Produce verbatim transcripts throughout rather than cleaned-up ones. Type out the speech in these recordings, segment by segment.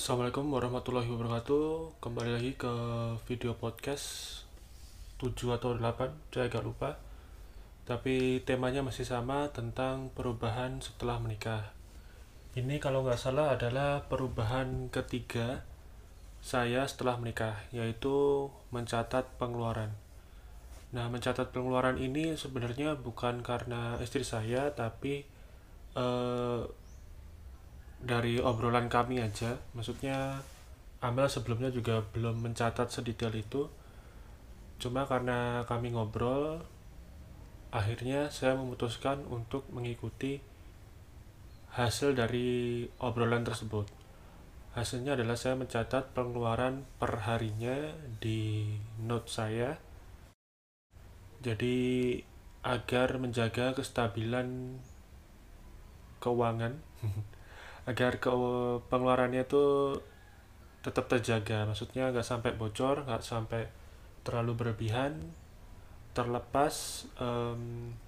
Assalamualaikum warahmatullahi wabarakatuh. Kembali lagi ke video podcast tujuh atau delapan, saya agak lupa. Tapi temanya masih sama, tentang perubahan setelah menikah. Ini kalau nggak salah adalah perubahan ketiga saya setelah menikah, yaitu mencatat pengeluaran. Nah, mencatat pengeluaran ini sebenarnya bukan karena istri saya, tapi eh, dari obrolan kami aja. Maksudnya Amel sebelumnya juga belum mencatat sedetail itu, cuma karena kami ngobrol, akhirnya saya memutuskan untuk mengikuti hasil dari obrolan tersebut. Hasilnya adalah saya mencatat pengeluaran per harinya di note saya, jadi agar menjaga kestabilan keuangan, agar ke pengeluarannya itu tetap terjaga. Maksudnya nggak sampai bocor, nggak sampai terlalu berlebihan, terlepas em,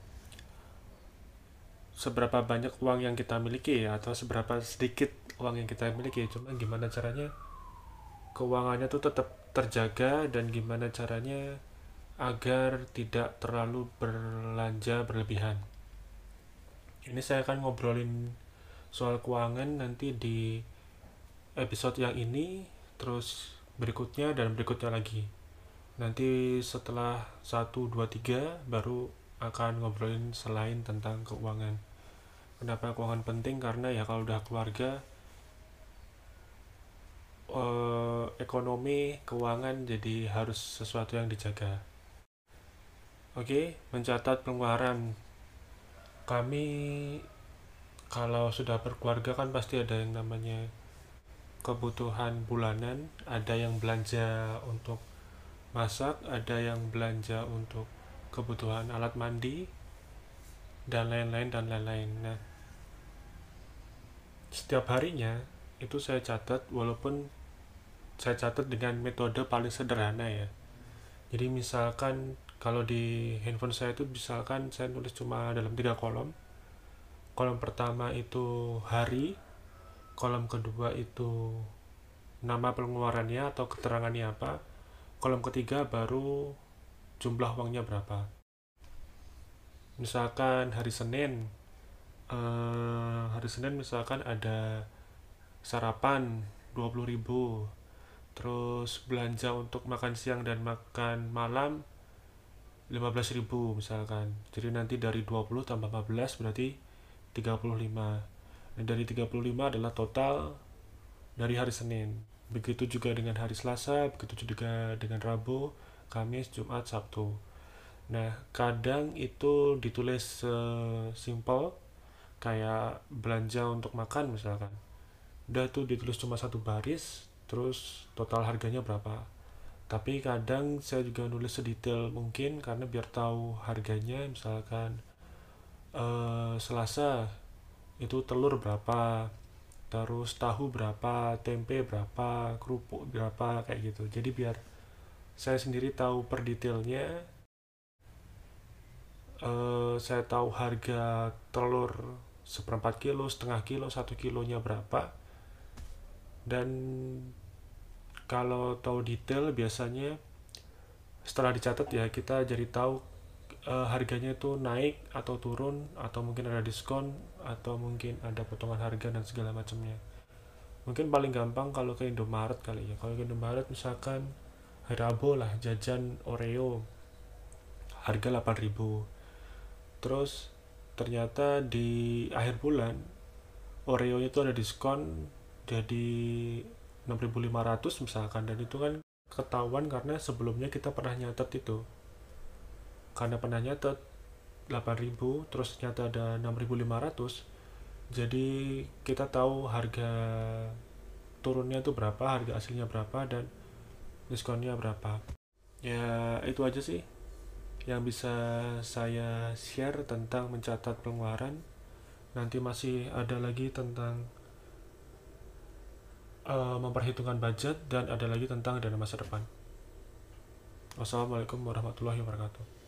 seberapa banyak uang yang kita miliki ya, atau seberapa sedikit uang yang kita miliki. Cuma gimana caranya keuangannya tuh tetap terjaga, dan gimana caranya agar tidak terlalu belanja berlebihan. Ini saya akan ngobrolin soal keuangan nanti di episode yang ini, terus berikutnya dan berikutnya lagi. Nanti setelah satu dua tiga baru akan ngobrolin selain tentang keuangan. Kenapa keuangan penting? Karena ya kalau udah keluarga, eh, ekonomi, keuangan jadi harus sesuatu yang dijaga. Oke, mencatat pengeluaran. Kami kalau sudah berkeluarga kan pasti ada yang namanya kebutuhan bulanan, ada yang belanja untuk masak, ada yang belanja untuk kebutuhan alat mandi, dan lain-lain dan lain-lain. Nah, setiap harinya itu saya catat, walaupun saya catat dengan metode paling sederhana ya. Jadi misalkan kalau di handphone saya itu misalkan saya tulis cuma dalam tiga kolom. Kolom pertama itu hari, kolom kedua itu nama pengeluarannya atau keterangannya apa, kolom ketiga baru jumlah uangnya berapa. Misalkan hari Senin, eh, hari Senin misalkan ada sarapan dua puluh ribu, terus belanja untuk makan siang dan makan malam lima belas ribu misalkan. Jadi nanti dari dua puluh tambah empat belas berarti tiga puluh lima. Dan dari tiga puluh lima adalah total dari hari Senin. Begitu juga dengan hari Selasa, begitu juga dengan Rabu, Kamis, Jumat, Sabtu. Nah, kadang itu ditulis sesimpel kayak belanja untuk makan misalkan. Udah tuh ditulis cuma satu baris, terus total harganya berapa. Tapi kadang saya juga nulis sedetail mungkin karena biar tahu harganya. Misalkan eh, Selasa itu telur berapa, terus tahu berapa, tempe berapa, kerupuk berapa, kayak gitu. Jadi biar saya sendiri tahu per detailnya. Eh, saya tahu harga telur seperempat kilo, setengah kilo, satu kilonya berapa. Dan kalau tahu detail biasanya setelah dicatat ya kita jadi tahu eh, harganya itu naik atau turun, atau mungkin ada diskon, atau mungkin ada potongan harga dan segala macamnya. Mungkin paling gampang kalau ke Indomaret kali ya. Kalau ke Indomaret misalkan hari Rabu lah jajan Oreo harga delapan ribu. Terus ternyata di akhir bulan Oreo itu ada diskon jadi enam ribu lima ratus misalkan, dan itu kan ketahuan karena sebelumnya kita pernah nyatet itu. Karena pernah nyatet delapan ribu terus ternyata ada enam ribu lima ratus, jadi kita tahu harga turunnya itu berapa, harga aslinya berapa, dan diskonnya berapa. Ya, itu aja sih yang bisa saya share tentang mencatat pengeluaran. Nanti masih ada lagi tentang uh, memperhitungkan budget, dan ada lagi tentang dana masa depan. Wassalamualaikum warahmatullahi wabarakatuh.